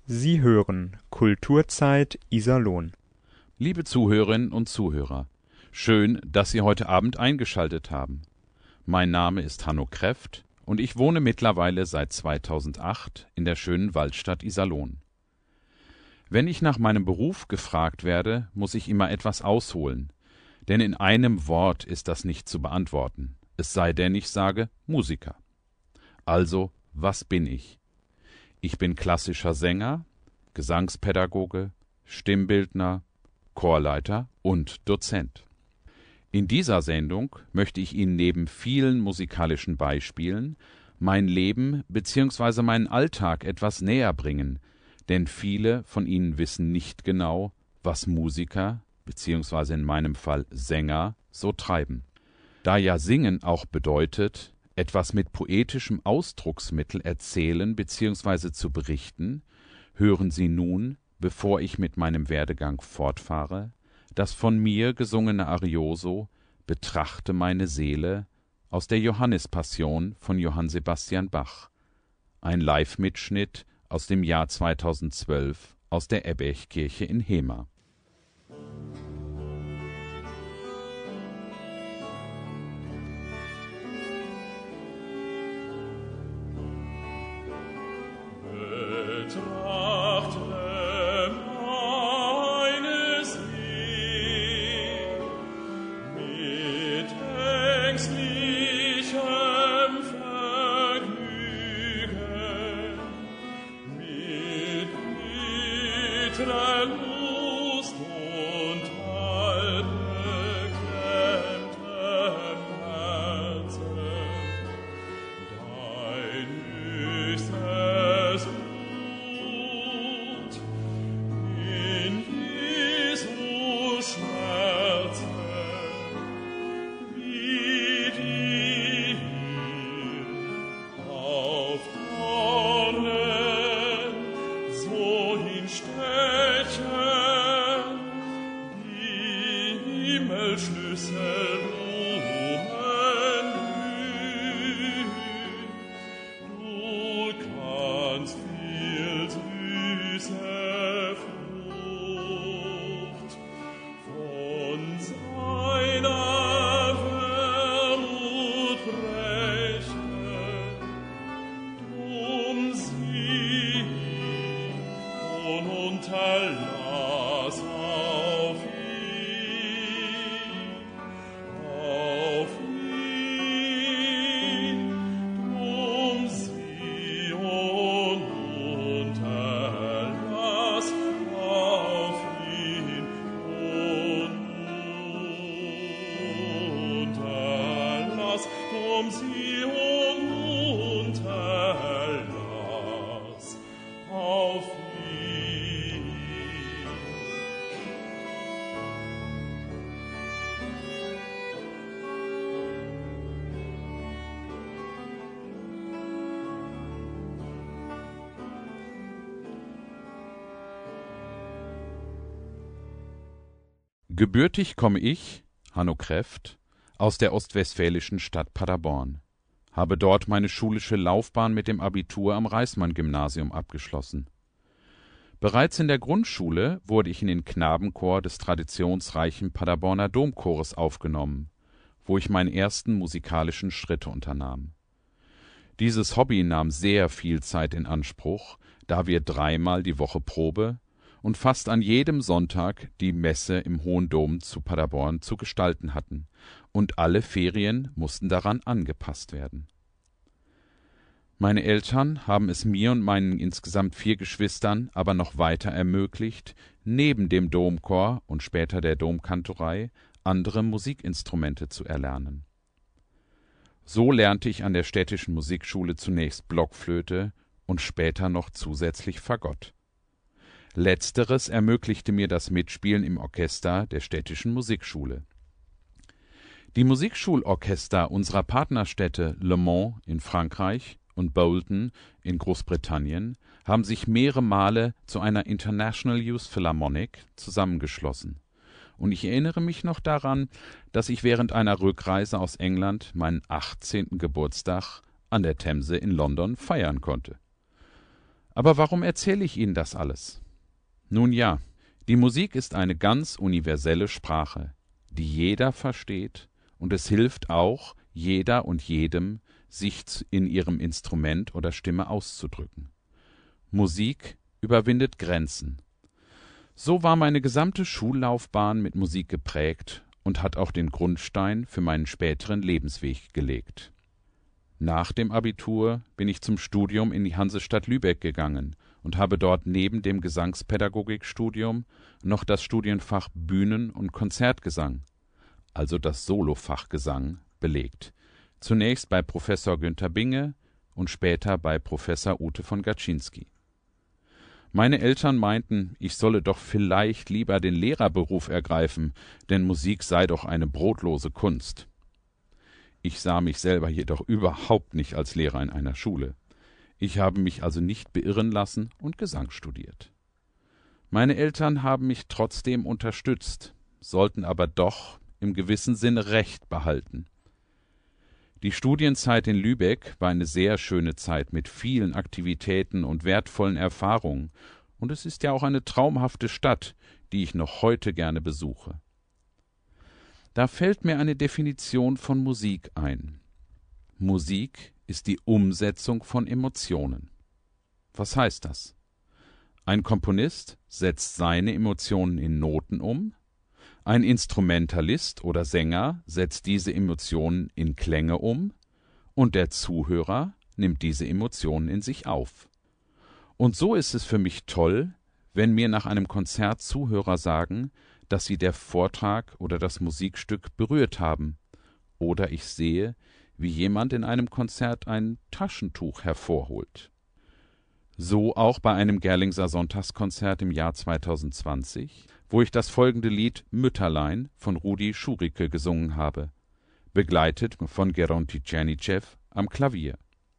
Sie hören Kulturzeit Iserlohn. Liebe Zuhörerinnen und Zuhörer, schön, dass Sie heute Abend eingeschaltet haben. Mein Name ist Hanno Kreft und ich wohne mittlerweile seit 2008 in der schönen Waldstadt Iserlohn. Wenn ich nach meinem Beruf gefragt werde, muss ich immer etwas ausholen, denn in einem Wort ist das nicht zu beantworten, es sei denn, ich sage Musiker. Also, was bin ich? Ich bin klassischer Sänger, Gesangspädagoge, Stimmbildner, Chorleiter und Dozent. In dieser Sendung möchte ich Ihnen neben vielen musikalischen Beispielen mein Leben bzw. meinen Alltag etwas näher bringen, denn viele von Ihnen wissen nicht genau, was Musiker bzw. in meinem Fall Sänger so treiben. Da ja Singen auch bedeutet, etwas mit poetischem Ausdrucksmittel erzählen bzw. zu berichten, hören Sie nun, bevor ich mit meinem Werdegang fortfahre, das von mir gesungene Arioso »Betrachte meine Seele« aus der Johannespassion von Johann Sebastian Bach, ein Live-Mitschnitt aus dem Jahr 2012 aus der Ebbechkirche in Hemer. Gebürtig komme ich, Hanno Kreft, aus der ostwestfälischen Stadt Paderborn, habe dort meine schulische Laufbahn mit dem Abitur am Reismann-Gymnasium abgeschlossen. Bereits in der Grundschule wurde ich in den Knabenchor des traditionsreichen Paderborner Domchores aufgenommen, wo ich meine ersten musikalischen Schritte unternahm. Dieses Hobby nahm sehr viel Zeit in Anspruch, da wir 3-mal die Woche Probe und fast an jedem Sonntag die Messe im Hohen Dom zu Paderborn zu gestalten hatten, und alle Ferien mussten daran angepasst werden. Meine Eltern haben es mir und meinen insgesamt 4 Geschwistern aber noch weiter ermöglicht, neben dem Domchor und später der Domkantorei andere Musikinstrumente zu erlernen. So lernte ich an der städtischen Musikschule zunächst Blockflöte und später noch zusätzlich Fagott. Letzteres ermöglichte mir das Mitspielen im Orchester der städtischen Musikschule. Die Musikschulorchester unserer Partnerstädte Le Mans in Frankreich und Bolton in Großbritannien haben sich mehrere Male zu einer International Youth Philharmonic zusammengeschlossen, und ich erinnere mich noch daran, dass ich während einer Rückreise aus England meinen 18. Geburtstag an der Themse in London feiern konnte. Aber warum erzähle ich Ihnen das alles? Nun ja, die Musik ist eine ganz universelle Sprache, die jeder versteht, und es hilft auch jeder und jedem, sich in ihrem Instrument oder Stimme auszudrücken. Musik überwindet Grenzen. So war meine gesamte Schullaufbahn mit Musik geprägt und hat auch den Grundstein für meinen späteren Lebensweg gelegt. Nach dem Abitur bin ich zum Studium in die Hansestadt Lübeck gegangen und habe dort neben dem Gesangspädagogikstudium noch das Studienfach Bühnen- und Konzertgesang, also das Solofach Gesang, belegt. Zunächst bei Professor Günter Binge und später bei Professor Ute von Gaczynski. Meine Eltern meinten, ich solle doch vielleicht lieber den Lehrerberuf ergreifen, denn Musik sei doch eine brotlose Kunst. Ich sah mich selber jedoch überhaupt nicht als Lehrer in einer Schule. Ich habe mich also nicht beirren lassen und Gesang studiert. Meine Eltern haben mich trotzdem unterstützt, sollten aber doch im gewissen Sinne Recht behalten. Die Studienzeit in Lübeck war eine sehr schöne Zeit mit vielen Aktivitäten und wertvollen Erfahrungen, und es ist ja auch eine traumhafte Stadt, die ich noch heute gerne besuche. Da fällt mir eine Definition von Musik ein. Musik ist die Umsetzung von Emotionen. Was heißt das? Ein Komponist setzt seine Emotionen in Noten um, ein Instrumentalist oder Sänger setzt diese Emotionen in Klänge um und der Zuhörer nimmt diese Emotionen in sich auf. Und so ist es für mich toll, wenn mir nach einem Konzert Zuhörer sagen, dass sie der Vortrag oder das Musikstück berührt haben, oder ich sehe, wie jemand in einem Konzert ein Taschentuch hervorholt. So auch bei einem Gerlingser Sonntagskonzert im Jahr 2020, wo ich das folgende Lied Mütterlein von Rudi Schurike gesungen habe, begleitet von Geronti Czernyschew am Klavier.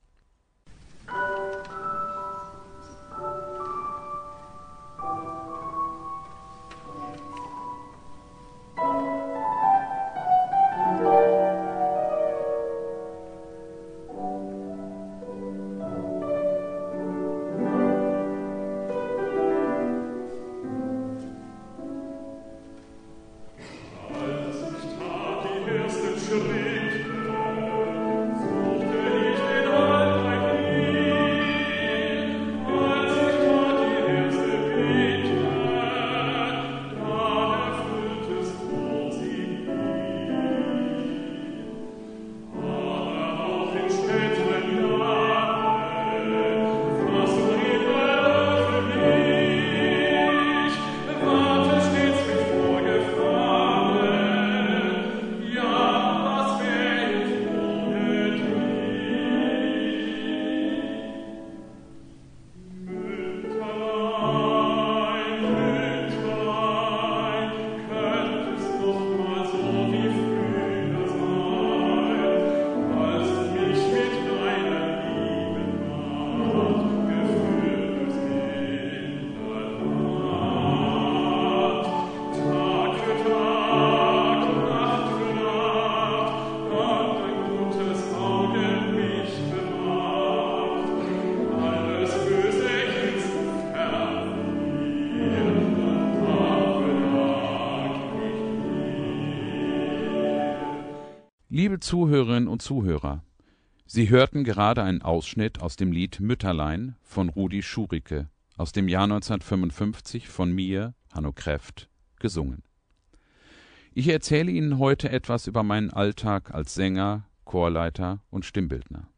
Liebe Zuhörerinnen und Zuhörer, Sie hörten gerade einen Ausschnitt aus dem Lied Mütterlein von Rudi Schurike aus dem Jahr 1955 von mir, Hanno Kreft, gesungen. Ich erzähle Ihnen heute etwas über meinen Alltag als Sänger, Chorleiter und Stimmbildner.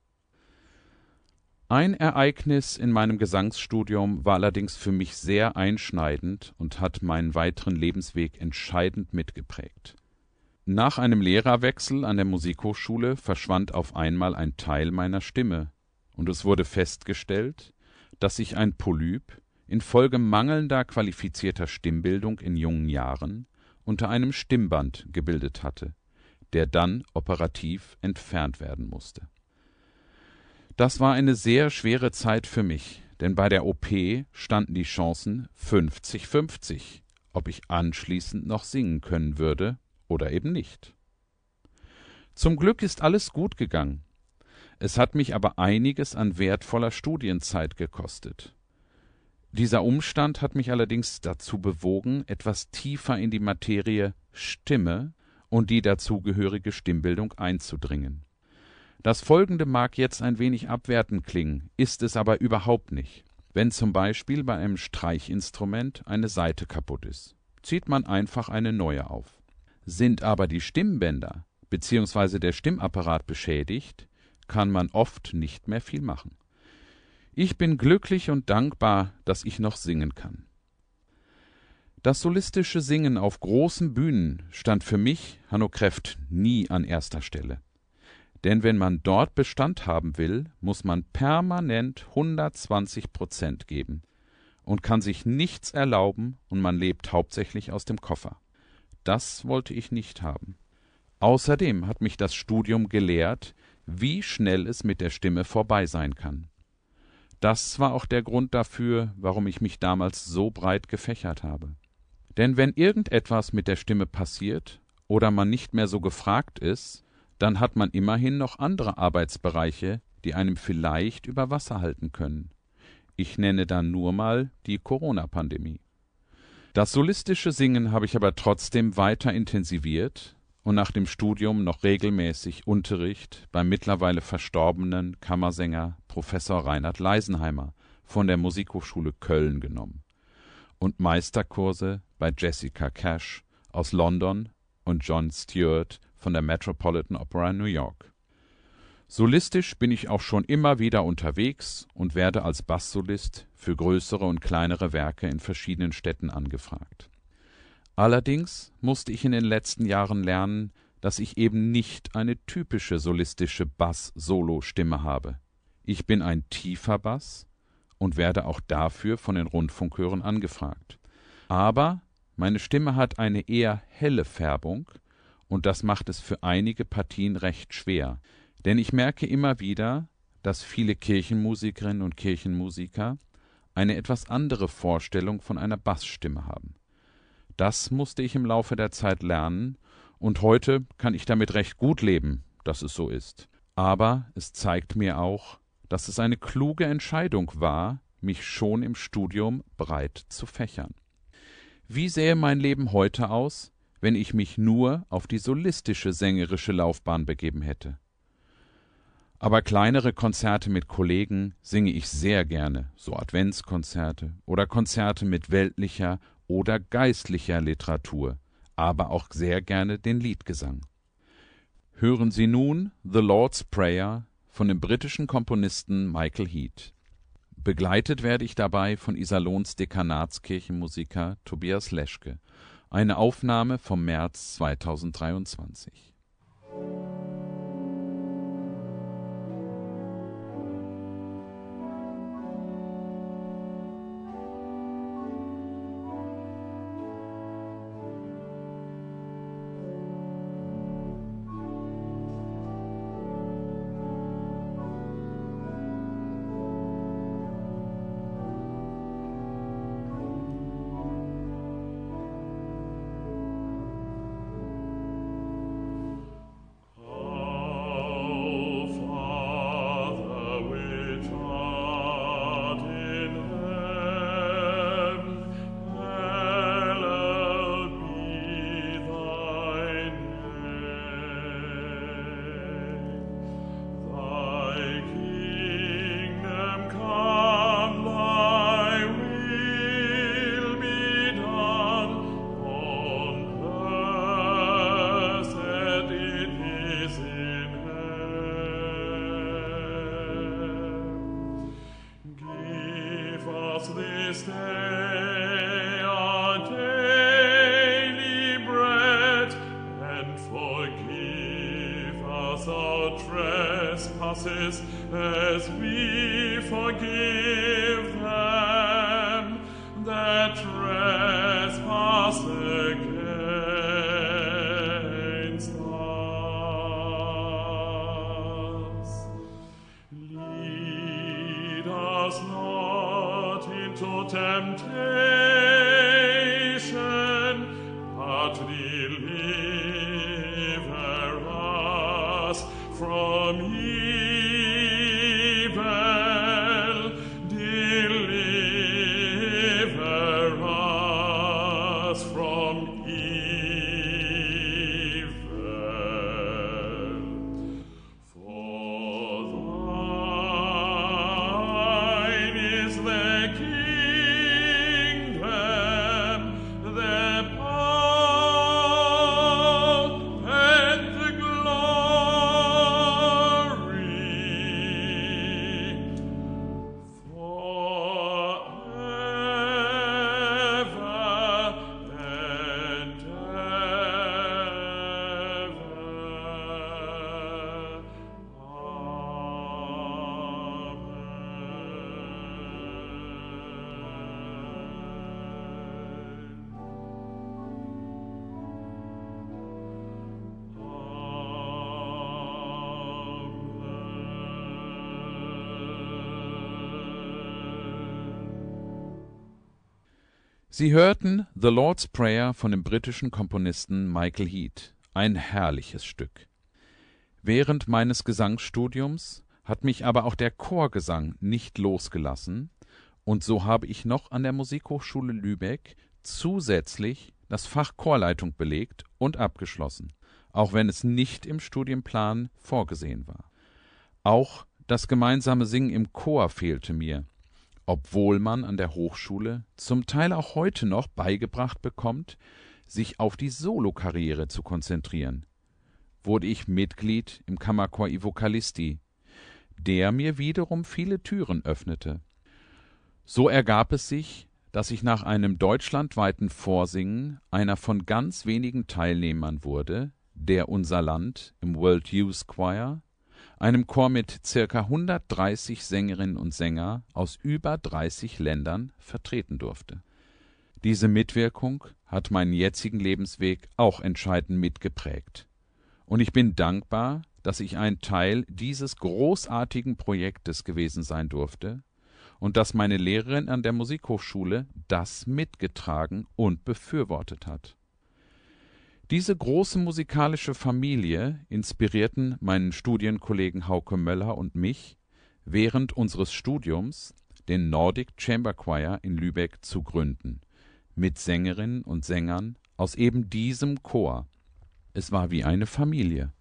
Ein Ereignis in meinem Gesangsstudium war allerdings für mich sehr einschneidend und hat meinen weiteren Lebensweg entscheidend mitgeprägt. Nach einem Lehrerwechsel an der Musikhochschule verschwand auf einmal ein Teil meiner Stimme, und es wurde festgestellt, dass sich ein Polyp infolge mangelnder qualifizierter Stimmbildung in jungen Jahren unter einem Stimmband gebildet hatte, der dann operativ entfernt werden musste. Das war eine sehr schwere Zeit für mich, denn bei der OP standen die Chancen 50-50, ob ich anschließend noch singen können würde oder eben nicht. Zum Glück ist alles gut gegangen. Es hat mich aber einiges an wertvoller Studienzeit gekostet. Dieser Umstand hat mich allerdings dazu bewogen, etwas tiefer in die Materie Stimme und die dazugehörige Stimmbildung einzudringen. Das Folgende mag jetzt ein wenig abwertend klingen, ist es aber überhaupt nicht. Wenn zum Beispiel bei einem Streichinstrument eine Saite kaputt ist, zieht man einfach eine neue auf. Sind aber die Stimmbänder bzw. der Stimmapparat beschädigt, kann man oft nicht mehr viel machen. Ich bin glücklich und dankbar, dass ich noch singen kann. Das solistische Singen auf großen Bühnen stand für mich, Hanno Krefft, nie an erster Stelle. Denn wenn man dort Bestand haben will, muss man permanent 120% geben und kann sich nichts erlauben und man lebt hauptsächlich aus dem Koffer. Das wollte ich nicht haben. Außerdem hat mich das Studium gelehrt, wie schnell es mit der Stimme vorbei sein kann. Das war auch der Grund dafür, warum ich mich damals so breit gefächert habe. Denn wenn irgendetwas mit der Stimme passiert oder man nicht mehr so gefragt ist, dann hat man immerhin noch andere Arbeitsbereiche, die einem vielleicht über Wasser halten können. Ich nenne dann nur mal die Corona-Pandemie. Das solistische Singen habe ich aber trotzdem weiter intensiviert und nach dem Studium noch regelmäßig Unterricht beim mittlerweile verstorbenen Kammersänger Professor Reinhard Leisenheimer von der Musikhochschule Köln genommen und Meisterkurse bei Jessica Cash aus London und John Stewart von der Metropolitan Opera New York. Solistisch bin ich auch schon immer wieder unterwegs und werde als Basssolist für größere und kleinere Werke in verschiedenen Städten angefragt. Allerdings musste ich in den letzten Jahren lernen, dass ich eben nicht eine typische solistische Bass-Solo-Stimme habe. Ich bin ein tiefer Bass und werde auch dafür von den Rundfunkhörern angefragt. Aber meine Stimme hat eine eher helle Färbung und das macht es für einige Partien recht schwer. Denn ich merke immer wieder, dass viele Kirchenmusikerinnen und Kirchenmusiker eine etwas andere Vorstellung von einer Bassstimme haben. Das musste ich im Laufe der Zeit lernen und heute kann ich damit recht gut leben, dass es so ist. Aber es zeigt mir auch, dass es eine kluge Entscheidung war, mich schon im Studium breit zu fächern. Wie sähe mein Leben heute aus, wenn ich mich nur auf die solistische sängerische Laufbahn begeben hätte? Aber kleinere Konzerte mit Kollegen singe ich sehr gerne, so Adventskonzerte oder Konzerte mit weltlicher oder geistlicher Literatur, aber auch sehr gerne den Liedgesang. Hören Sie nun The Lord's Prayer von dem britischen Komponisten Michael Heath. Begleitet werde ich dabei von Iserlohns Dekanatskirchenmusiker Tobias Leschke. Eine Aufnahme vom März 2023. This day our daily bread, and forgive us our trespasses as we forgive them that trespass against us. Lead us not into temptation, but deliver us from evil. Deliver Sie hörten The Lord's Prayer von dem britischen Komponisten Michael Heath, ein herrliches Stück. Während meines Gesangsstudiums hat mich aber auch der Chorgesang nicht losgelassen, und so habe ich noch an der Musikhochschule Lübeck zusätzlich das Fach Chorleitung belegt und abgeschlossen, auch wenn es nicht im Studienplan vorgesehen war. Auch das gemeinsame Singen im Chor fehlte mir, obwohl man an der Hochschule zum Teil auch heute noch beigebracht bekommt, sich auf die Solokarriere zu konzentrieren. Wurde ich Mitglied im Kammerchor I Vocalisti, der mir wiederum viele Türen öffnete. So ergab es sich, dass ich nach einem deutschlandweiten Vorsingen einer von ganz wenigen Teilnehmern wurde, der unser Land im World Youth Choir, einem Chor mit ca. 130 Sängerinnen und Sänger aus über 30 Ländern, vertreten durfte. Diese Mitwirkung hat meinen jetzigen Lebensweg auch entscheidend mitgeprägt. Und ich bin dankbar, dass ich ein Teil dieses großartigen Projektes gewesen sein durfte und dass meine Lehrerin an der Musikhochschule das mitgetragen und befürwortet hat. Diese große musikalische Familie inspirierten meinen Studienkollegen Hauke Möller und mich, während unseres Studiums den Nordic Chamber Choir in Lübeck zu gründen, mit Sängerinnen und Sängern aus eben diesem Chor. Es war wie eine Familie.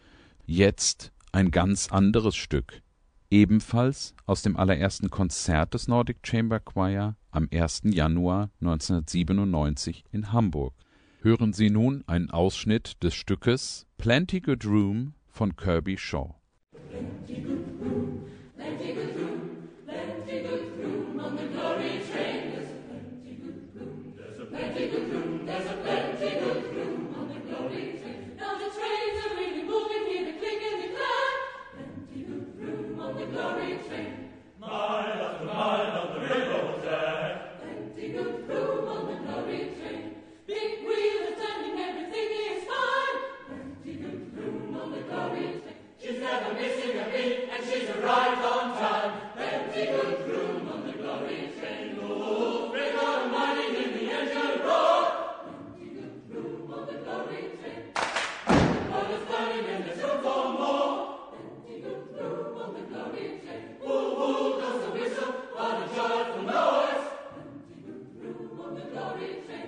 Jetzt ein ganz anderes Stück, ebenfalls aus dem allerersten Konzert des Nordic Chamber Choir am 1. Januar 1997 in Hamburg. Hören Sie nun einen Ausschnitt des Stückes Plenty Good Room von Kirby Shaw. Plenty good room, plenty good room, plenty good room on the glory train. There's a plenty good room, there's a plenty good room, there's a plenty good room on the glory train. Now the trains are really moving, hear the click and the clack. Plenty good room on the glory train. Mile after mile on the railroad track. Plenty good room on the glory train. Big wheels are turning, everything is fine. Plenty good room on the glory train. She's never missing a beat, and she's right on time. Plenty good room on the glory train. Oh, bring all the money in the engine roar. Plenty good room on the glory train. All is burning and there's room for more. Plenty good room on the glory train. Woo woo goes the whistle, what a joyful noise. Plenty good room on the glory train.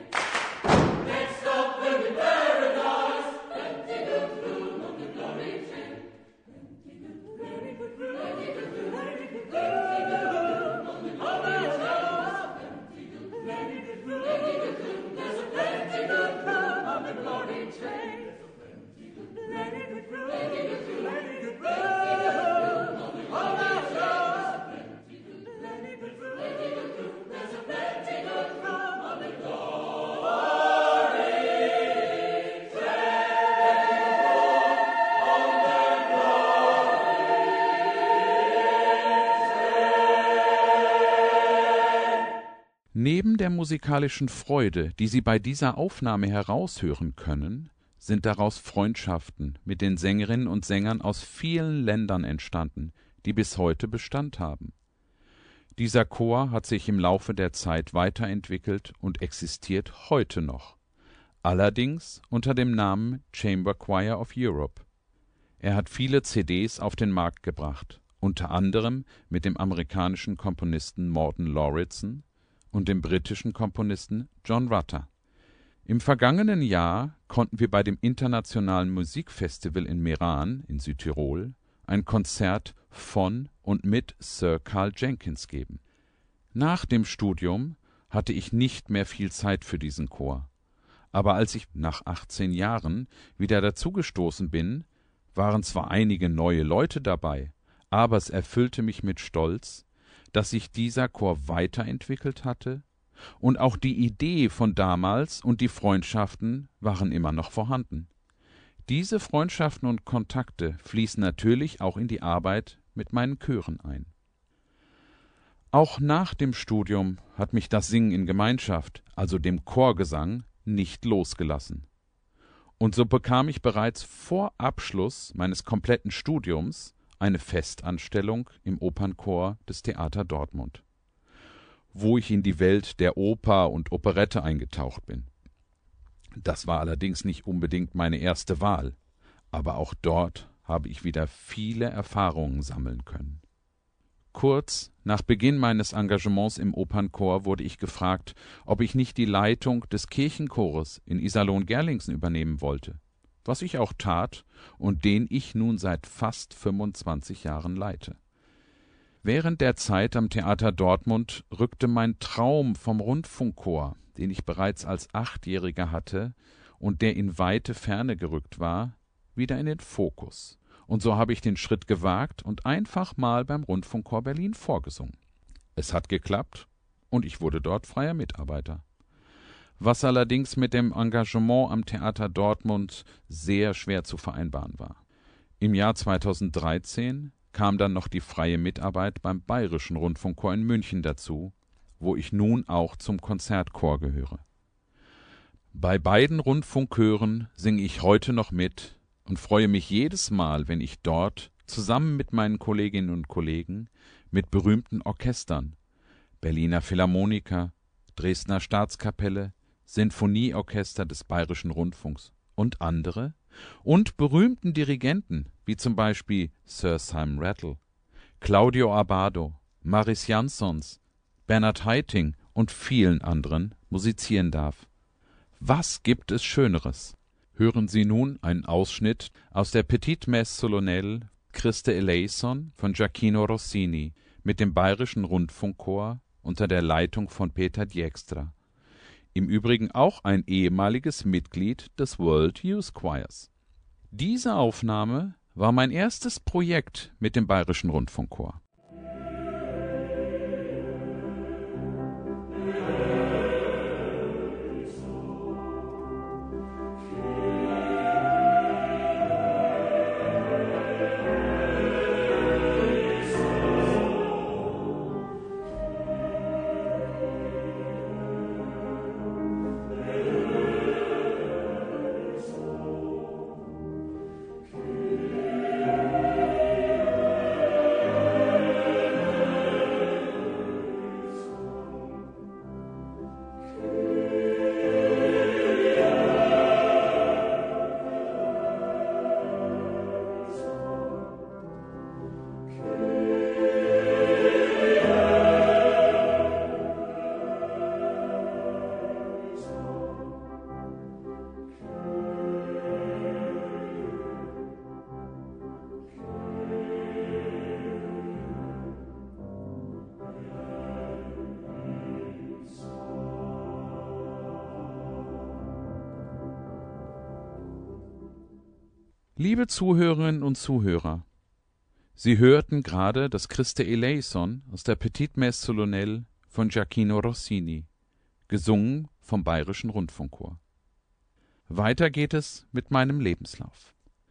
Next stop will be paradise. Plenty good room on the glory train. Plenty good room, plenty good room, plenty good room, plenty good room on the glory train. Plenty good room, plenty good room, plenty good room. There's a plenty good room on the glory train. Plenty good room, plenty good room, plenty good room, plenty good room on the glory train. Plenty good room, plenty good room, plenty good room. There's a plenty good room on the glory. Neben der musikalischen Freude, die Sie bei dieser Aufnahme heraushören können, sind daraus Freundschaften mit den Sängerinnen und Sängern aus vielen Ländern entstanden, die bis heute Bestand haben. Dieser Chor hat sich im Laufe der Zeit weiterentwickelt und existiert heute noch, allerdings unter dem Namen Chamber Choir of Europe. Er hat viele CDs auf den Markt gebracht, unter anderem mit dem amerikanischen Komponisten Morton Lauridsen und dem britischen Komponisten John Rutter. Im vergangenen Jahr konnten wir bei dem Internationalen Musikfestival in Meran in Südtirol ein Konzert von und mit Sir Carl Jenkins geben. Nach dem Studium hatte ich nicht mehr viel Zeit für diesen Chor, aber als ich nach 18 Jahren wieder dazugestoßen bin, waren zwar einige neue Leute dabei, aber es erfüllte mich mit Stolz, dass sich dieser Chor weiterentwickelt hatte, und auch die Idee von damals und die Freundschaften waren immer noch vorhanden. Diese Freundschaften und Kontakte fließen natürlich auch in die Arbeit mit meinen Chören ein. Auch nach dem Studium hat mich das Singen in Gemeinschaft, also dem Chorgesang, nicht losgelassen. Und so bekam ich bereits vor Abschluss meines kompletten Studiums eine Festanstellung im Opernchor des Theater Dortmund. wo ich in die Welt der Oper und Operette eingetaucht bin. Das war allerdings nicht unbedingt meine erste Wahl, aber auch dort habe ich wieder viele Erfahrungen sammeln können. Kurz nach Beginn meines Engagements im Opernchor wurde ich gefragt, ob ich nicht die Leitung des Kirchenchores in Iserlohn-Gerlingsen übernehmen wollte, was ich auch tat und den ich nun seit fast 25 Jahren leite. Während der Zeit am Theater Dortmund rückte mein Traum vom Rundfunkchor, den ich bereits als 8-Jähriger hatte und der in weite Ferne gerückt war, wieder in den Fokus. Und so habe ich den Schritt gewagt und einfach mal beim Rundfunkchor Berlin vorgesungen. Es hat geklappt und ich wurde dort freier Mitarbeiter. Was allerdings mit dem Engagement am Theater Dortmund sehr schwer zu vereinbaren war. Im Jahr 2013 kam dann noch die freie Mitarbeit beim Bayerischen Rundfunkchor in München dazu, wo ich nun auch zum Konzertchor gehöre. Bei beiden Rundfunkchören singe ich heute noch mit und freue mich jedes Mal, wenn ich dort zusammen mit meinen Kolleginnen und Kollegen mit berühmten Orchestern, Berliner Philharmoniker, Dresdner Staatskapelle, Sinfonieorchester des Bayerischen Rundfunks und andere und berühmten Dirigenten wie zum Beispiel Sir Simon Rattle, Claudio Abbado, Maris Jansons, Bernhard Haitink und vielen anderen musizieren darf. Was gibt es Schöneres? Hören Sie nun einen Ausschnitt aus der Petite Messe Solennelle Christe Eleison von Gioacchino Rossini mit dem Bayerischen Rundfunkchor unter der Leitung von Peter Dijkstra. Im Übrigen auch ein ehemaliges Mitglied des World Youth Choirs. Diese Aufnahme war mein erstes Projekt mit dem Bayerischen Rundfunkchor. Liebe Zuhörerinnen und Zuhörer, Sie hörten gerade das Christe Eleison aus der Petite Messe Solennelle von Gioacchino Rossini, gesungen vom Bayerischen Rundfunkchor. Weiter geht es mit meinem Lebenslauf.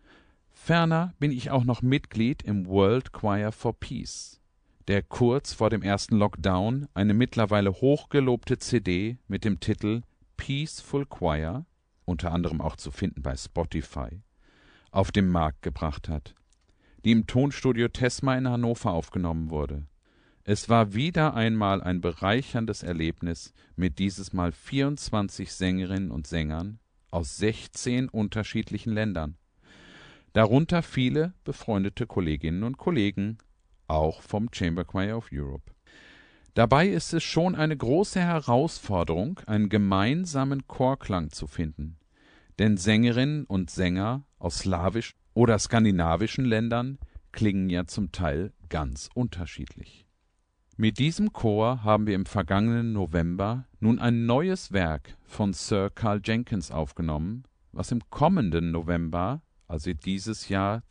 Ferner bin ich auch noch Mitglied im World Choir for Peace, der kurz vor dem ersten Lockdown eine mittlerweile hochgelobte CD mit dem Titel Peaceful Choir, unter anderem auch zu finden bei Spotify, auf den Markt gebracht hat, die im Tonstudio Tesma in Hannover aufgenommen wurde. Es war wieder einmal ein bereicherndes Erlebnis mit dieses Mal 24 Sängerinnen und Sängern aus 16 unterschiedlichen Ländern, darunter viele befreundete Kolleginnen und Kollegen, auch vom Chamber Choir of Europe. Dabei ist es schon eine große Herausforderung, einen gemeinsamen Chorklang zu finden, denn Sängerinnen und Sänger aus slawischen oder skandinavischen Ländern klingen ja zum Teil ganz unterschiedlich. Mit diesem Chor haben wir im vergangenen November nun ein neues Werk von Sir Karl Jenkins aufgenommen, was im kommenden November, also dieses Jahr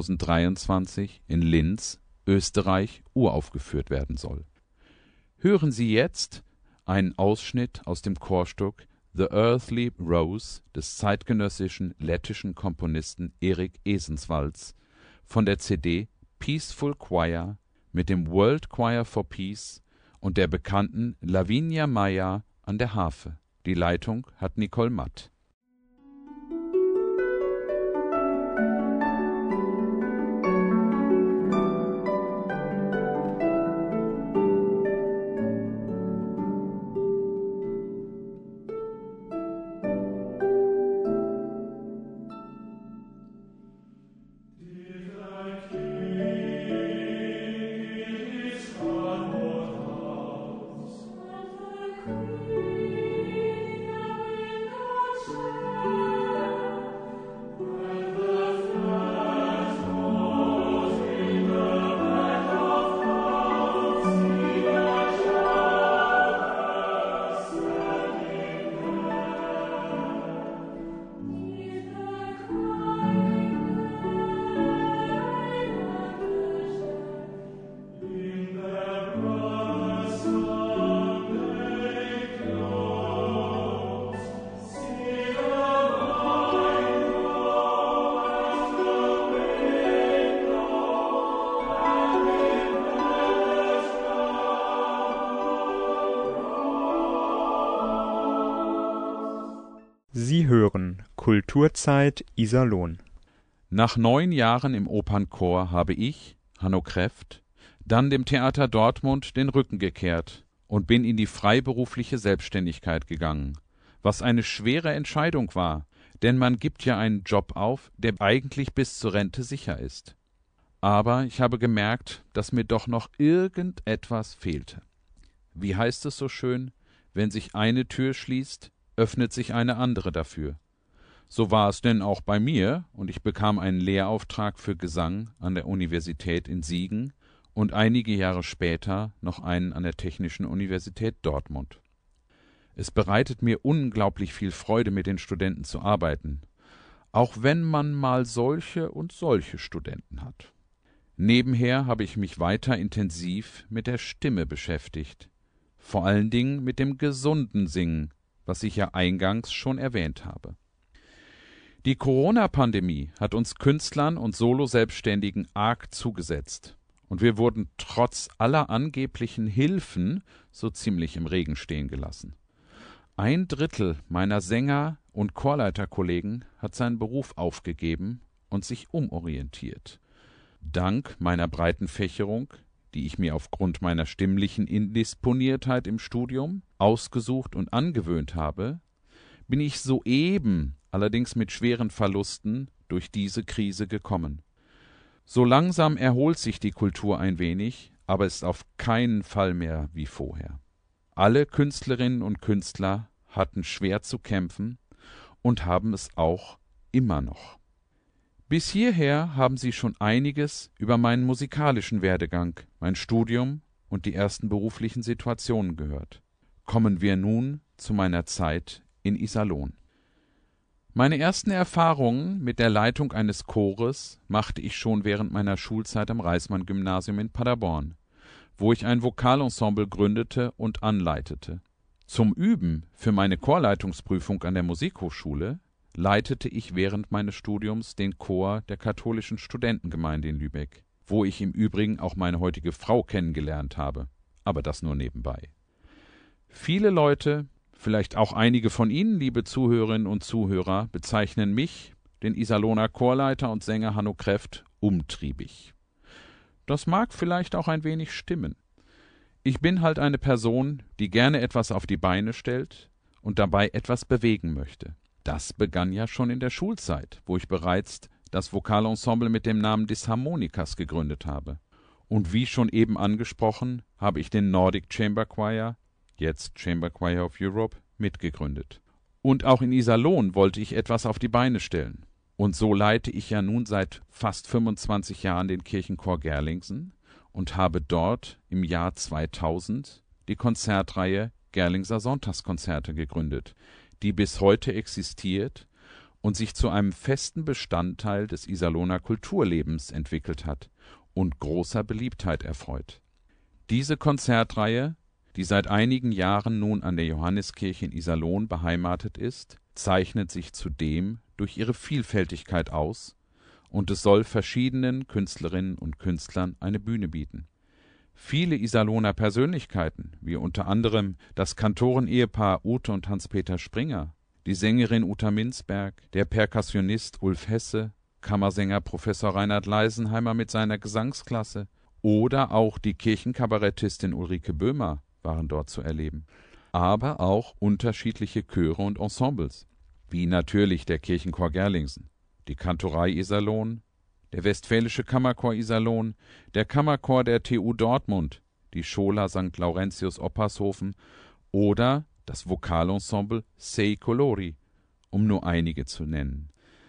2023, in Linz, Österreich, uraufgeführt werden soll. Hören Sie jetzt einen Ausschnitt aus dem Chorstück The Earthly Rose des zeitgenössischen lettischen Komponisten Erik Esensvalds von der CD Peaceful Choir mit dem World Choir for Peace und der bekannten Lavinia Maya an der Harfe. Die Leitung hat Nicole Matt. Sie hören Kulturzeit Iserlohn. Nach 9 Jahren im Opernchor habe ich, Hanno Kreft, dann dem Theater Dortmund den Rücken gekehrt und bin in die freiberufliche Selbstständigkeit gegangen, was eine schwere Entscheidung war, denn man gibt ja einen Job auf, der eigentlich bis zur Rente sicher ist. Aber ich habe gemerkt, dass mir doch noch irgendetwas fehlte. Wie heißt es so schön, wenn sich eine Tür schließt, öffnet sich eine andere dafür. So war es denn auch bei mir, und ich bekam einen Lehrauftrag für Gesang an der Universität in Siegen und einige Jahre später noch einen an der Technischen Universität Dortmund. Es bereitet mir unglaublich viel Freude, mit den Studenten zu arbeiten, auch wenn man mal solche und solche Studenten hat. Nebenher habe ich mich weiter intensiv mit der Stimme beschäftigt, vor allen Dingen mit dem gesunden Singen, was ich ja eingangs schon erwähnt habe. Die Corona-Pandemie hat uns Künstlern und Solo-Selbstständigen arg zugesetzt und wir wurden trotz aller angeblichen Hilfen so ziemlich im Regen stehen gelassen. 1/3 meiner Sänger- und Chorleiterkollegen hat seinen Beruf aufgegeben und sich umorientiert. Dank meiner breiten Fächerung, die ich mir aufgrund meiner stimmlichen Indisponiertheit im Studium ausgesucht und angewöhnt habe, bin ich soeben allerdings mit schweren Verlusten durch diese Krise gekommen. So langsam erholt sich die Kultur ein wenig, aber ist auf keinen Fall mehr wie vorher. Alle Künstlerinnen und Künstler hatten schwer zu kämpfen und haben es auch immer noch. Bis hierher haben Sie schon einiges über meinen musikalischen Werdegang, mein Studium und die ersten beruflichen Situationen gehört. Kommen wir nun zu meiner Zeit in Iserlohn. Meine ersten Erfahrungen mit der Leitung eines Chores machte ich schon während meiner Schulzeit am Reismann-Gymnasium in Paderborn, wo ich ein Vokalensemble gründete und anleitete. Zum Üben für meine Chorleitungsprüfung an der Musikhochschule leitete ich während meines Studiums den Chor der katholischen Studentengemeinde in Lübeck, wo ich im Übrigen auch meine heutige Frau kennengelernt habe, aber das nur nebenbei. Viele Leute, vielleicht auch einige von Ihnen, liebe Zuhörerinnen und Zuhörer, bezeichnen mich, den Iserlohner Chorleiter und Sänger Hanno Kreft, umtriebig. Das mag vielleicht auch ein wenig stimmen. Ich bin halt eine Person, die gerne etwas auf die Beine stellt und dabei etwas bewegen möchte. Das begann ja schon in der Schulzeit, wo ich bereits das Vokalensemble mit dem Namen Disharmonicas gegründet habe. Und wie schon eben angesprochen, habe ich den Nordic Chamber Choir, jetzt Chamber Choir of Europe, mitgegründet. Und auch in Iserlohn wollte ich etwas auf die Beine stellen. Und so leite ich ja nun seit fast 25 Jahren den Kirchenchor Gerlingsen und habe dort im Jahr 2000 die Konzertreihe Gerlingser Sonntagskonzerte gegründet, die bis heute existiert und sich zu einem festen Bestandteil des Iserlohner Kulturlebens entwickelt hat und großer Beliebtheit erfreut. Diese Konzertreihe, die seit einigen Jahren nun an der Johanniskirche in Iserlohn beheimatet ist, zeichnet sich zudem durch ihre Vielfältigkeit aus und es soll verschiedenen Künstlerinnen und Künstlern eine Bühne bieten. Viele Iserlohner Persönlichkeiten, wie unter anderem das Kantoren-Ehepaar Ute und Hans-Peter Springer, die Sängerin Uta Minzberg, der Perkussionist Ulf Hesse, Kammersänger Professor Reinhard Leisenheimer mit seiner Gesangsklasse oder auch die Kirchenkabarettistin Ulrike Böhmer waren dort zu erleben. Aber auch unterschiedliche Chöre und Ensembles, wie natürlich der Kirchenchor Gerlingsen, die Kantorei Iserlohn, der Westfälische Kammerchor Iserlohn, der Kammerchor der TU Dortmund, die Schola St. Laurentius Oppershofen oder das Vokalensemble Sei Colori, um nur einige zu nennen.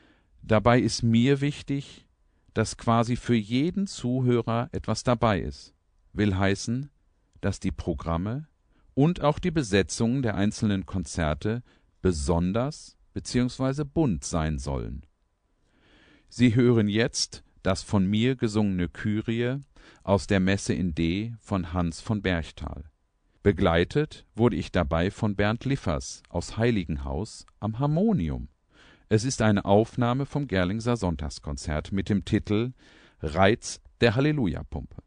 Dabei ist mir wichtig, dass quasi für jeden Zuhörer etwas dabei ist. Will heißen, dass die Programme und auch die Besetzungen der einzelnen Konzerte besonders bzw. bunt sein sollen. Sie hören jetzt das von mir gesungene Kyrie aus der Messe in D von Hans von Berchtal. Begleitet wurde ich dabei von Bernd Liffers aus Heiligenhaus am Harmonium. Es ist eine Aufnahme vom Gerlingser Sonntagskonzert mit dem Titel Reiz der Halleluja-Pumpe.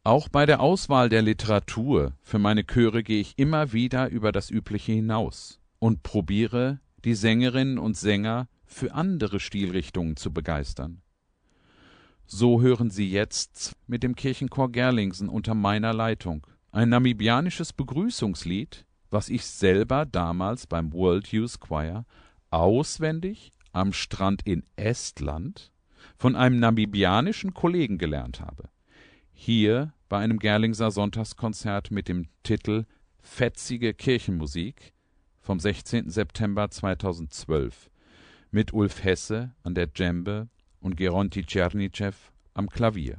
Auch bei der Auswahl der Literatur für meine Chöre gehe ich immer wieder über das Übliche hinaus und probiere, die Sängerinnen und Sänger für andere Stilrichtungen zu begeistern. So hören Sie jetzt mit dem Kirchenchor Gerlingsen unter meiner Leitung ein namibianisches Begrüßungslied, was ich selber damals beim World Youth Choir auswendig am Strand in Estland von einem namibianischen Kollegen gelernt habe. Hier bei einem Gerlingser Sonntagskonzert mit dem Titel Fetzige Kirchenmusik vom 16. September 2012 mit Ulf Hesse an der Djembe und Geronti Czernicew am Klavier.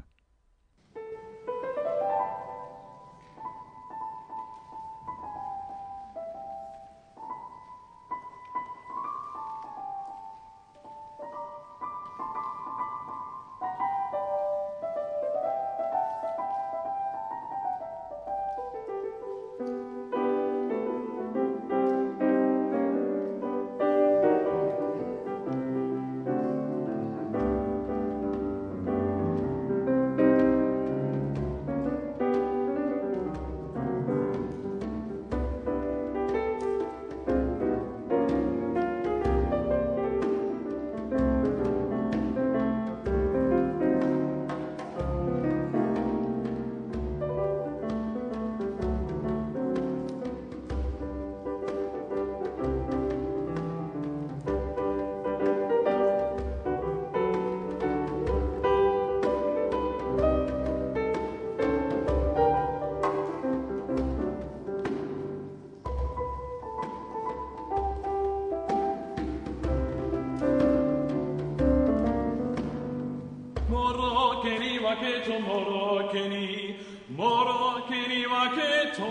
waketo morokeni, morokeni waketo,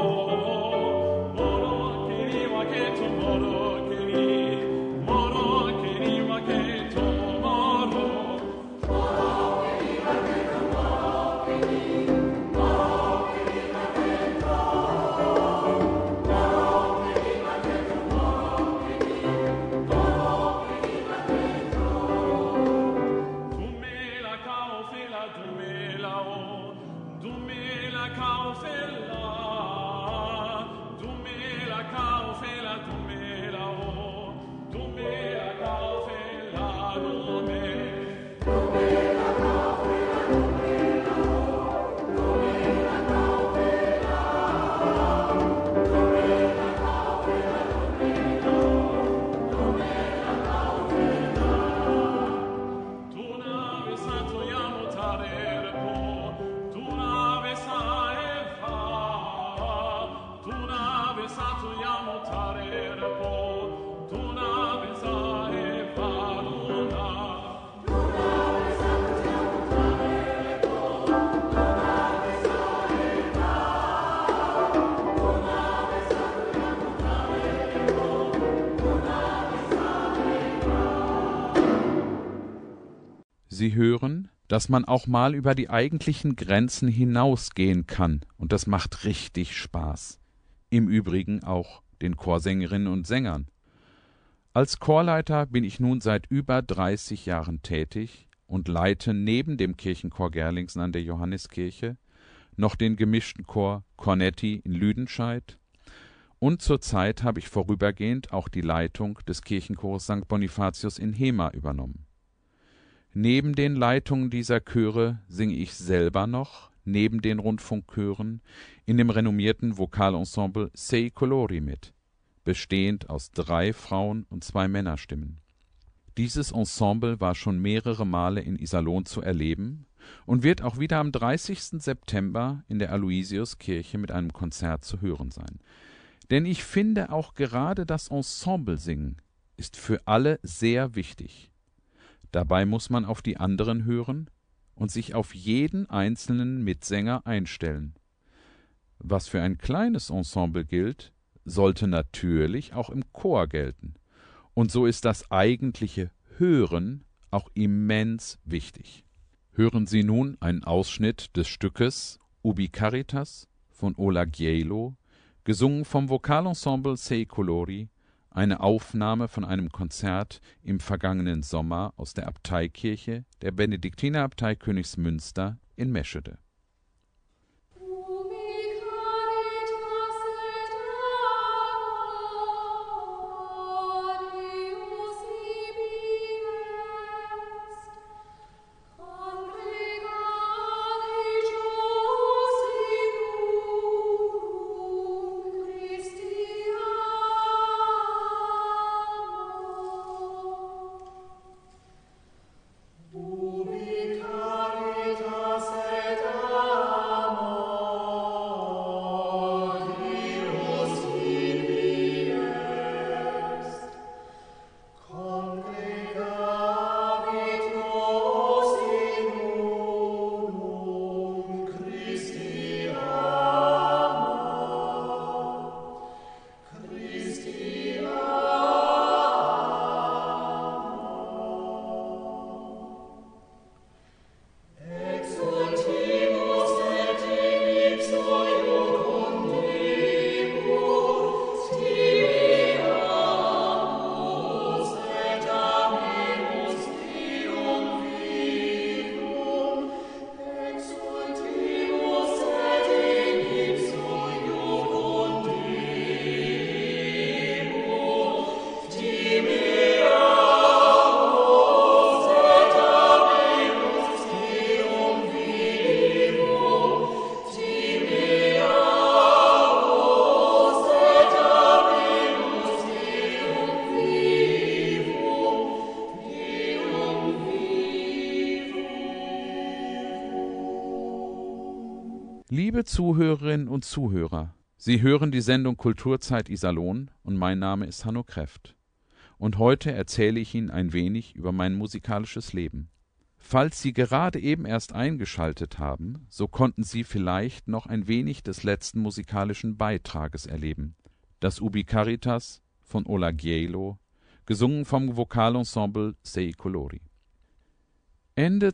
morokeni waketo morokeni, morokeni waketo moro. Morokeni waketo morokeni, morokeni waketo, morokeni waketo morokeni, morokeni waketo. Dumela kaofela, dumela o, dumela kaofela, dumela kaofela, dumela o, dumela kaofela, dume. Dumela kaofela, dumela o, dumela kaofela, dumela kaofela, dumela o, dumela kaofela. Tu nave santo iamo tarerpo, tu nave sa e fa, tu nave santo iamo tarerpo, tu nave sa e fa luna. Tu nave santo iamo tarerpo, tu nave sa e fa, tu nave santo iamo tarerpo, tu nave sa e fa. Sie hören, dass man auch mal über die eigentlichen Grenzen hinausgehen kann, und das macht richtig Spaß. Im Übrigen auch den Chorsängerinnen und Sängern. Als Chorleiter bin ich nun seit über 30 Jahren tätig und leite neben dem Kirchenchor Gerlingsen an der Johanniskirche noch den gemischten Chor Cornetti in Lüdenscheid, und zurzeit habe ich vorübergehend auch die Leitung des Kirchenchors St. Bonifatius in Hemer übernommen. Neben den Leitungen dieser Chöre singe ich selber noch, neben den Rundfunkchören, in dem renommierten Vokalensemble Sei Colori mit, bestehend aus 3 Frauen- und 2 Männerstimmen. Dieses Ensemble war schon mehrere Male in Iserlohn zu erleben und wird auch wieder am 30. September in der Aloysiuskirche mit einem Konzert zu hören sein. Denn ich finde, auch gerade das Ensemble-Singen ist für alle sehr wichtig. Dabei muss man auf die anderen hören und sich auf jeden einzelnen Mitsänger einstellen. Was für ein kleines Ensemble gilt, sollte natürlich auch im Chor gelten. Und so ist das eigentliche Hören auch immens wichtig. Hören Sie nun einen Ausschnitt des Stückes Ubi Caritas von Ola Gjeilo, gesungen vom Vokalensemble Sei Colori, eine Aufnahme von einem Konzert im vergangenen Sommer aus der Abteikirche der Benediktinerabtei Königsmünster in Meschede. Liebe Zuhörerinnen und Zuhörer, Sie hören die Sendung Kulturzeit Iserlohn und mein Name ist Hanno Kreft. Und heute erzähle ich Ihnen ein wenig über mein musikalisches Leben. Falls Sie gerade eben erst eingeschaltet haben, so konnten Sie vielleicht noch ein wenig des letzten musikalischen Beitrages erleben. Das Ubi Caritas von Ola Ghielo, gesungen vom Vokalensemble Sei Colori. Ende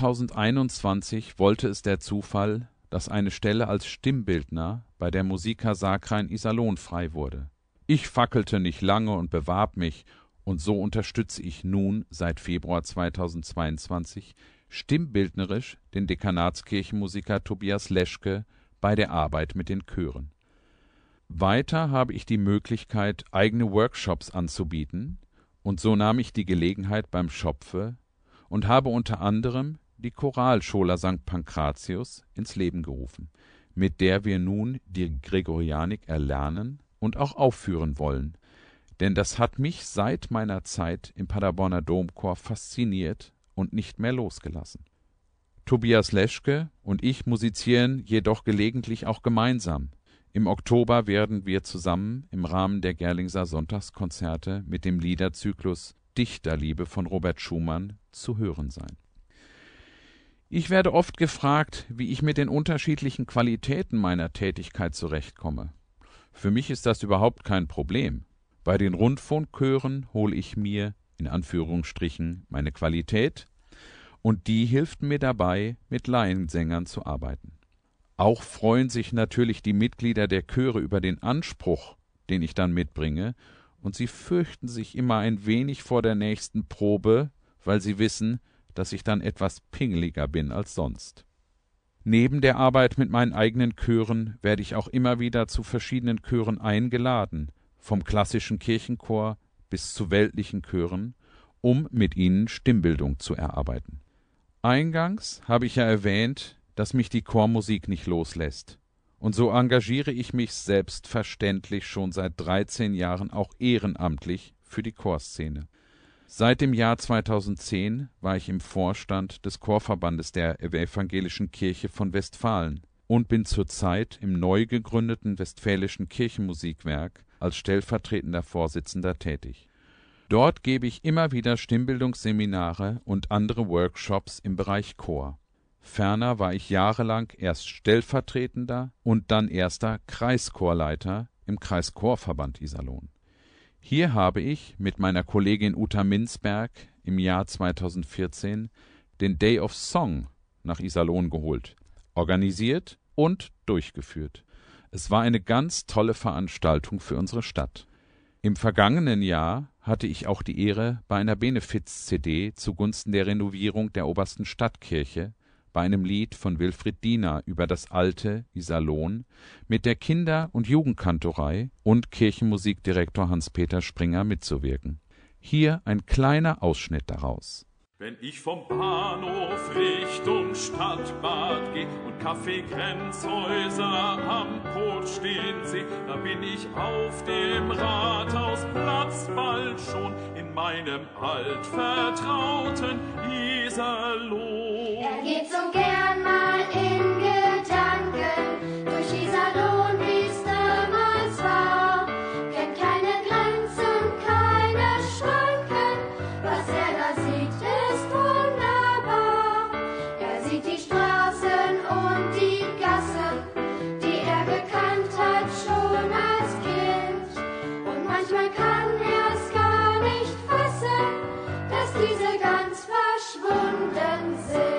2021 wollte es der Zufall, dass eine Stelle als Stimmbildner bei der Musica Sacra in Iserlohn frei wurde. Ich fackelte nicht lange und bewarb mich, und so unterstütze ich nun seit Februar 2022 stimmbildnerisch den Dekanatskirchenmusiker Tobias Leschke bei der Arbeit mit den Chören. Weiter habe ich die Möglichkeit, eigene Workshops anzubieten, und so nahm ich die Gelegenheit beim Schopfe und habe unter anderem die Choralschola St. Pankratius ins Leben gerufen, mit der wir nun die Gregorianik erlernen und auch aufführen wollen, denn das hat mich seit meiner Zeit im Paderborner Domchor fasziniert und nicht mehr losgelassen. Tobias Leschke und ich musizieren jedoch gelegentlich auch gemeinsam. Im Oktober werden wir zusammen im Rahmen der Gerlingser Sonntagskonzerte mit dem Liederzyklus Dichterliebe von Robert Schumann zu hören sein. Ich werde oft gefragt, wie ich mit den unterschiedlichen Qualitäten meiner Tätigkeit zurechtkomme. Für mich ist das überhaupt kein Problem. Bei den Rundfunkchören hole ich mir, in Anführungsstrichen, meine Qualität, und die hilft mir dabei, mit Laiensängern zu arbeiten. Auch freuen sich natürlich die Mitglieder der Chöre über den Anspruch, den ich dann mitbringe, und sie fürchten sich immer ein wenig vor der nächsten Probe, weil sie wissen, dass ich dann etwas pingeliger bin als sonst. Neben der Arbeit mit meinen eigenen Chören werde ich auch immer wieder zu verschiedenen Chören eingeladen, vom klassischen Kirchenchor bis zu weltlichen Chören, um mit ihnen Stimmbildung zu erarbeiten. Eingangs habe ich ja erwähnt, dass mich die Chormusik nicht loslässt. Und so engagiere ich mich selbstverständlich schon seit 13 Jahren auch ehrenamtlich für die Chorszene. Seit dem Jahr 2010 war ich im Vorstand des Chorverbandes der Evangelischen Kirche von Westfalen und bin zurzeit im neu gegründeten Westfälischen Kirchenmusikwerk als stellvertretender Vorsitzender tätig. Dort gebe ich immer wieder Stimmbildungsseminare und andere Workshops im Bereich Chor. Ferner war ich jahrelang erst stellvertretender und dann erster Kreischorleiter im Kreischorverband Iserlohn. Hier habe ich mit meiner Kollegin Uta Minzberg im Jahr 2014 den Day of Song nach Iserlohn geholt, organisiert und durchgeführt. Es war eine ganz tolle Veranstaltung für unsere Stadt. Im vergangenen Jahr hatte ich auch die Ehre, bei einer Benefiz-CD zugunsten der Renovierung der obersten Stadtkirche bei einem Lied von Wilfried Diener über das alte Iserlohn mit der Kinder- und Jugendkantorei und Kirchenmusikdirektor Hans-Peter Springer mitzuwirken. Hier ein kleiner Ausschnitt daraus. Wenn ich vom Bahnhof Richtung Stadtbad geh und Kaffeekränzhäuser am Pol stehen seh, da bin ich auf dem Rathausplatz bald schon in meinem altvertrauten Iserlohn. Er geht so gern mal in Gedanken durch Iserlohn, wie's damals war. Kennt keine Grenzen, keine Schranken, was er da sieht, ist wunderbar. Er sieht die Straßen und die Gassen, die er gekannt hat schon als Kind. Und manchmal kann er's gar nicht fassen, dass diese ganz verschwunden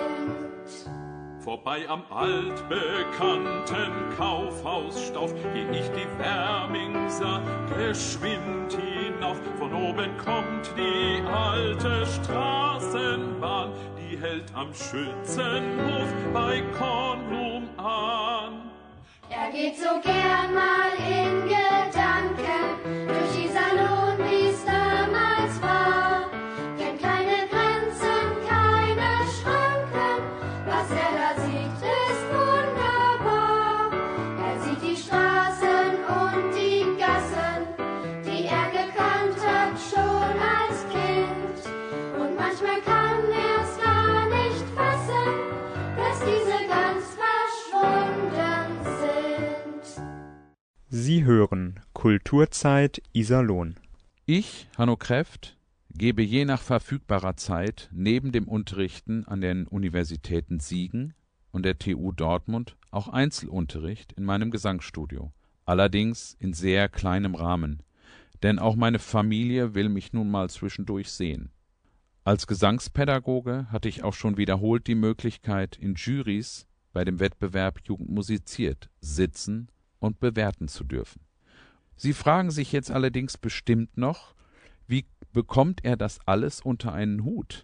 sind. Vorbei am altbekannten Kaufhausstauf geh ich die Wermingser geschwind hinauf. Von oben kommt die alte Straßenbahn, die hält am Schützenhof bei Kornblum an. Er geht so gern mal in Gedanken durch Iserlohn, wie's damals war. Kennt keine Grenzen, keine Schranken, was er da sieht, ist wunderbar. Er sieht die Straßen und die Gassen, die er gekannt hat schon als Kind. Und manchmal kann er's gar nicht fassen, dass diese ganz verschwunden Sie hören Kulturzeit Iserlohn. Ich, Hanno Kreft, gebe je nach verfügbarer Zeit neben dem Unterrichten an den Universitäten Siegen und der TU Dortmund auch Einzelunterricht in meinem Gesangsstudio, allerdings in sehr kleinem Rahmen, denn auch meine Familie will mich nun mal zwischendurch sehen. Als Gesangspädagoge hatte ich auch schon wiederholt die Möglichkeit, in Jurys bei dem Wettbewerb Jugend musiziert sitzen und bewerten zu dürfen. Sie fragen sich jetzt allerdings bestimmt noch, wie bekommt er das alles unter einen Hut?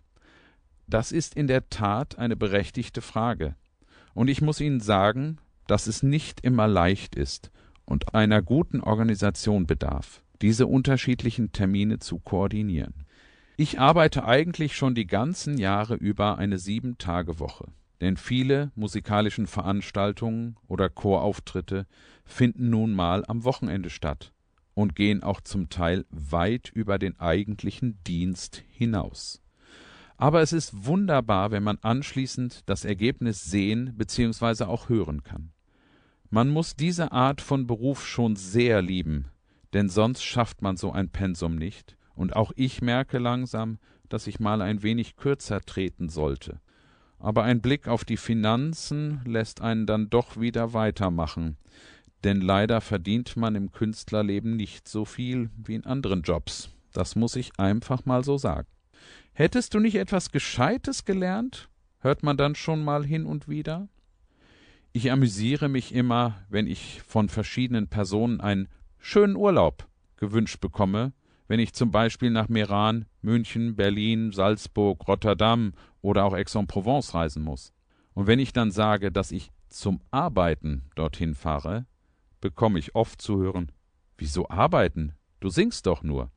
Das ist in der Tat eine berechtigte Frage. Und ich muss Ihnen sagen, dass es nicht immer leicht ist und einer guten Organisation bedarf, diese unterschiedlichen Termine zu koordinieren. Ich arbeite eigentlich schon die ganzen Jahre über eine 7-Tage-Woche, denn viele musikalischen Veranstaltungen oder Chorauftritte finden nun mal am Wochenende statt und gehen auch zum Teil weit über den eigentlichen Dienst hinaus. Aber es ist wunderbar, wenn man anschließend das Ergebnis sehen bzw. auch hören kann. Man muss diese Art von Beruf schon sehr lieben, denn sonst schafft man so ein Pensum nicht, und auch ich merke langsam, dass ich mal ein wenig kürzer treten sollte. Aber ein Blick auf die Finanzen lässt einen dann doch wieder weitermachen, denn leider verdient man im Künstlerleben nicht so viel wie in anderen Jobs. Das muss ich einfach mal so sagen. Hättest du nicht etwas Gescheites gelernt? Hört man dann schon mal hin und wieder? Ich amüsiere mich immer, wenn ich von verschiedenen Personen einen schönen Urlaub gewünscht bekomme, wenn ich zum Beispiel nach Meran, München, Berlin, Salzburg, Rotterdam oder auch Aix-en-Provence reisen muss. Und wenn ich dann sage, dass ich zum Arbeiten dorthin fahre, bekomme ich oft zu hören: Wieso arbeiten? Du singst doch nur.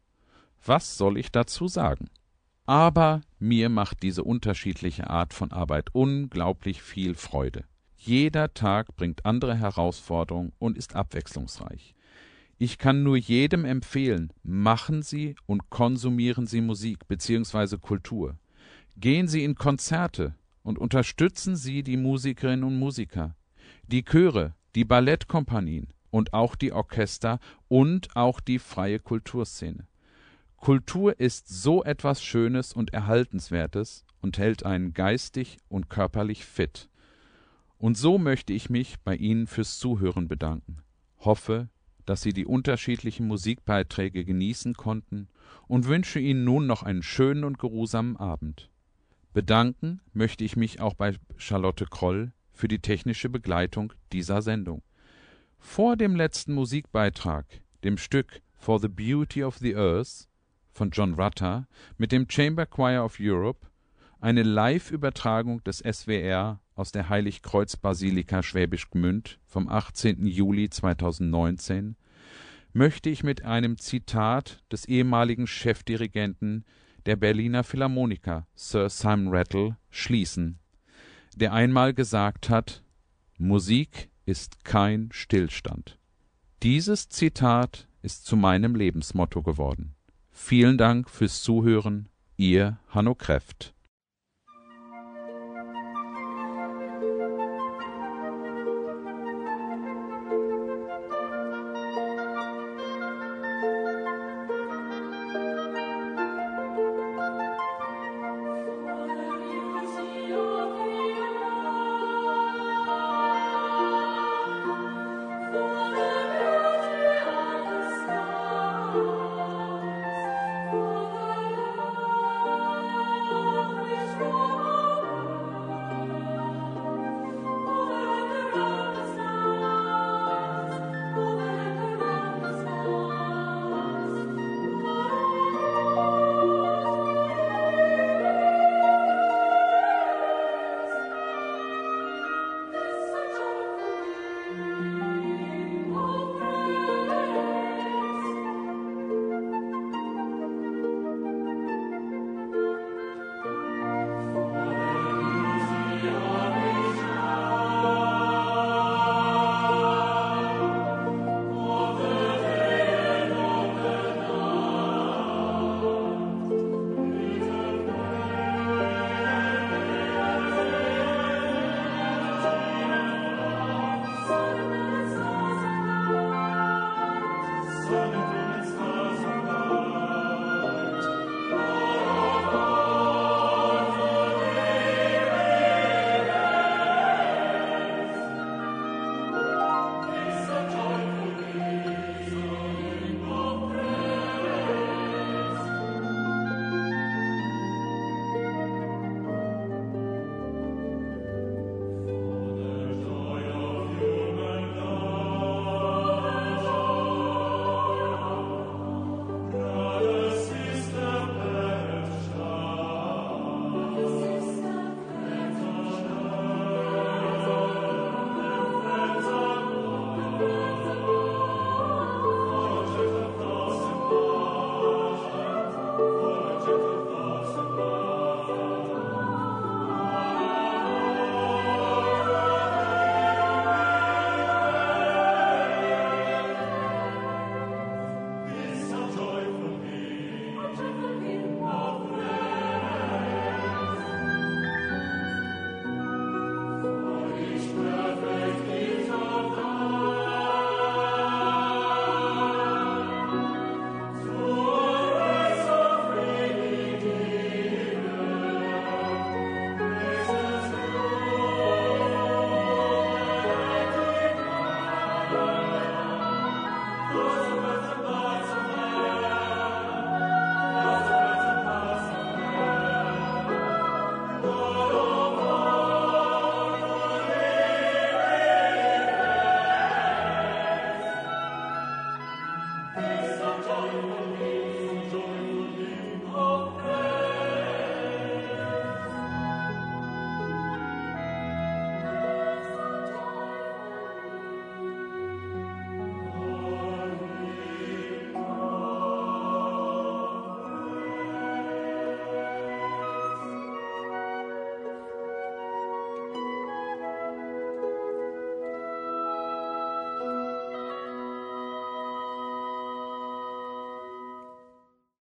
Was soll ich dazu sagen? Aber mir macht diese unterschiedliche Art von Arbeit unglaublich viel Freude. Jeder Tag bringt andere Herausforderungen und ist abwechslungsreich. Ich kann nur jedem empfehlen, machen Sie und konsumieren Sie Musik bzw. Kultur. Gehen Sie in Konzerte und unterstützen Sie die Musikerinnen und Musiker, die Chöre, die Ballettkompanien und auch die Orchester und auch die freie Kulturszene. Kultur ist so etwas Schönes und Erhaltenswertes und hält einen geistig und körperlich fit. Und so möchte ich mich bei Ihnen fürs Zuhören bedanken. Hoffe, dass Sie die unterschiedlichen Musikbeiträge genießen konnten und wünsche Ihnen nun noch einen schönen und geruhsamen Abend. Bedanken möchte ich mich auch bei Charlotte Kroll für die technische Begleitung dieser Sendung. Vor dem letzten Musikbeitrag, dem Stück For the Beauty of the Earth von John Rutter mit dem Chamber Choir of Europe, eine Live-Übertragung des SWR aus der Heiligkreuz-Basilika Schwäbisch Gmünd vom 18. Juli 2019, möchte ich mit einem Zitat des ehemaligen Chefdirigenten der Berliner Philharmoniker, Sir Simon Rattle, schließen, der einmal gesagt hat: Musik ist kein Stillstand. Dieses Zitat ist zu meinem Lebensmotto geworden. Vielen Dank fürs Zuhören, Ihr Hanno Kreft.